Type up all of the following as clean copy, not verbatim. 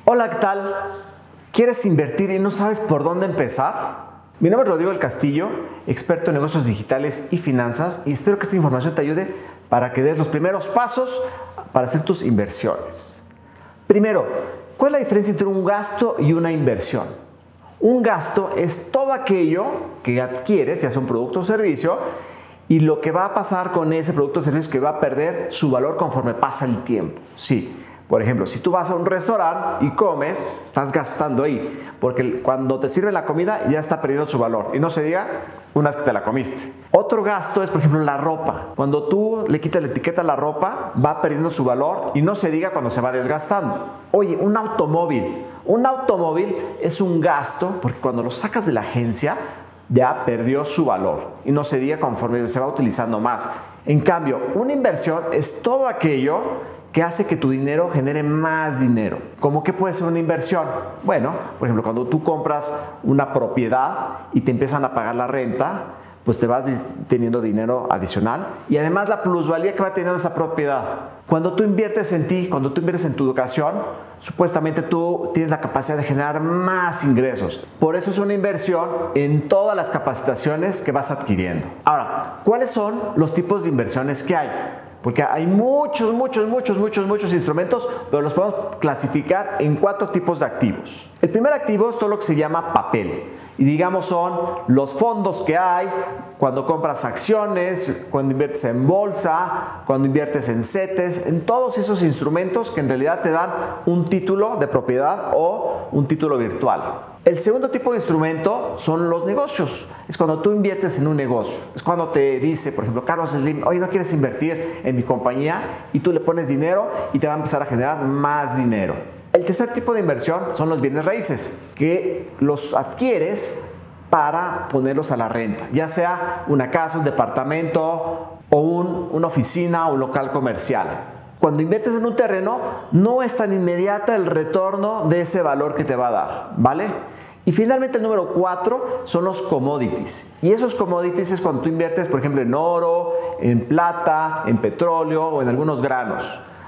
Hola, ¿qué tal? ¿Quieres invertir y no sabes por dónde empezar? Mi nombre es Rodrigo del Castillo, experto en negocios digitales y finanzas, y espero que esta información te ayude para que des los primeros pasos para hacer tus inversiones. Primero, ¿cuál es la diferencia entre un gasto y una inversión? Un gasto es todo aquello que adquieres, ya sea un producto o servicio, y lo que va a pasar con ese producto o servicio es que va a perder su valor conforme pasa el tiempo. Sí. Por ejemplo, si tú vas a un restaurante y comes, estás gastando ahí, porque cuando te sirven la comida ya está perdiendo su valor. Y no se diga una vez que te la comiste. Otro gasto es, por ejemplo, la ropa. Cuando tú le quitas la etiqueta a la ropa, va perdiendo su valor y no se diga cuando se va desgastando. Oye, un automóvil. Un automóvil es un gasto porque cuando lo sacas de la agencia ya perdió su valor. Y no se diga conforme se va utilizando más. En cambio, una inversión es todo aquello que hace que tu dinero genere más dinero. ¿Cómo que puede ser una inversión? Bueno, por ejemplo, cuando tú compras una propiedad y te empiezan a pagar la renta, pues te vas teniendo dinero adicional y además la plusvalía que va teniendo esa propiedad. Cuando tú inviertes en ti, cuando tú inviertes en tu educación, supuestamente tú tienes la capacidad de generar más ingresos. Por eso es una inversión en todas las capacitaciones que vas adquiriendo. Ahora, ¿cuáles son los tipos de inversiones que hay? Porque hay muchos instrumentos, pero los podemos clasificar en 4 tipos de activos. El primer activo es todo lo que se llama papel. Y digamos son los fondos que hay cuando compras acciones, cuando inviertes en bolsa, cuando inviertes en CETES, en todos esos instrumentos que en realidad te dan un título de propiedad o un título virtual. El segundo tipo de instrumento son los negocios. Es cuando tú inviertes en un negocio. Es cuando te dice, por ejemplo, Carlos Slim, oye, ¿no quieres invertir en mi compañía? Y tú le pones dinero y te va a empezar a generar más dinero. El tercer tipo de inversión son los bienes raíces, que los adquieres para ponerlos a la renta, ya sea una casa, un departamento o una oficina o un local comercial. Cuando inviertes en un terreno, no es tan inmediata el retorno de ese valor que te va a dar, ¿vale? Y finalmente el número 4 son los commodities. Y esos commodities es cuando tú inviertes, por ejemplo, en oro, en plata, en petróleo o en algunos granos,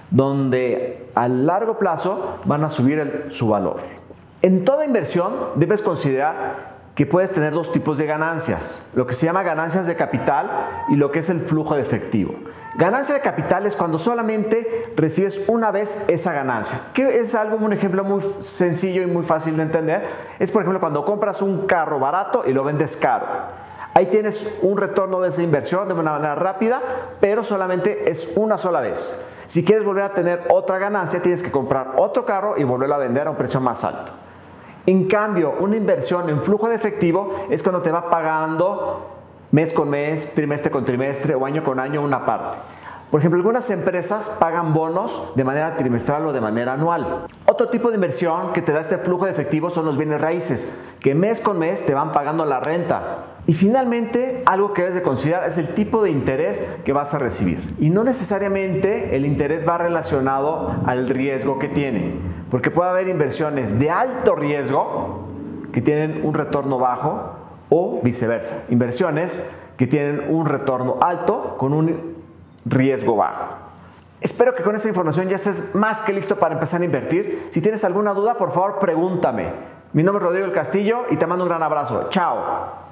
donde a largo plazo van a subir su valor. En toda inversión debes considerar que puedes tener 2 tipos de ganancias, lo que se llama ganancias de capital y lo que es el flujo de efectivo. Ganancia de capital es cuando solamente recibes una vez esa ganancia, que es un ejemplo muy sencillo y muy fácil de entender. Es por ejemplo cuando compras un carro barato y lo vendes caro. Ahí tienes un retorno de esa inversión de una manera rápida, pero solamente es una sola vez. Si quieres volver a tener otra ganancia, tienes que comprar otro carro y volverlo a vender a un precio más alto. En cambio, una inversión en flujo de efectivo es cuando te va pagando mes con mes, trimestre con trimestre o año con año una parte. Por ejemplo, algunas empresas pagan bonos de manera trimestral o de manera anual. Otro tipo de inversión que te da este flujo de efectivo son los bienes raíces, que mes con mes te van pagando la renta. Y finalmente, algo que debes de considerar es el tipo de interés que vas a recibir. Y no necesariamente el interés va relacionado al riesgo que tiene, porque puede haber inversiones de alto riesgo que tienen un retorno bajo o viceversa. Inversiones que tienen un retorno alto con un riesgo bajo. Espero que con esta información ya estés más que listo para empezar a invertir. Si tienes alguna duda, por favor, pregúntame. Mi nombre es Rodrigo del Castillo y te mando un gran abrazo. Chao.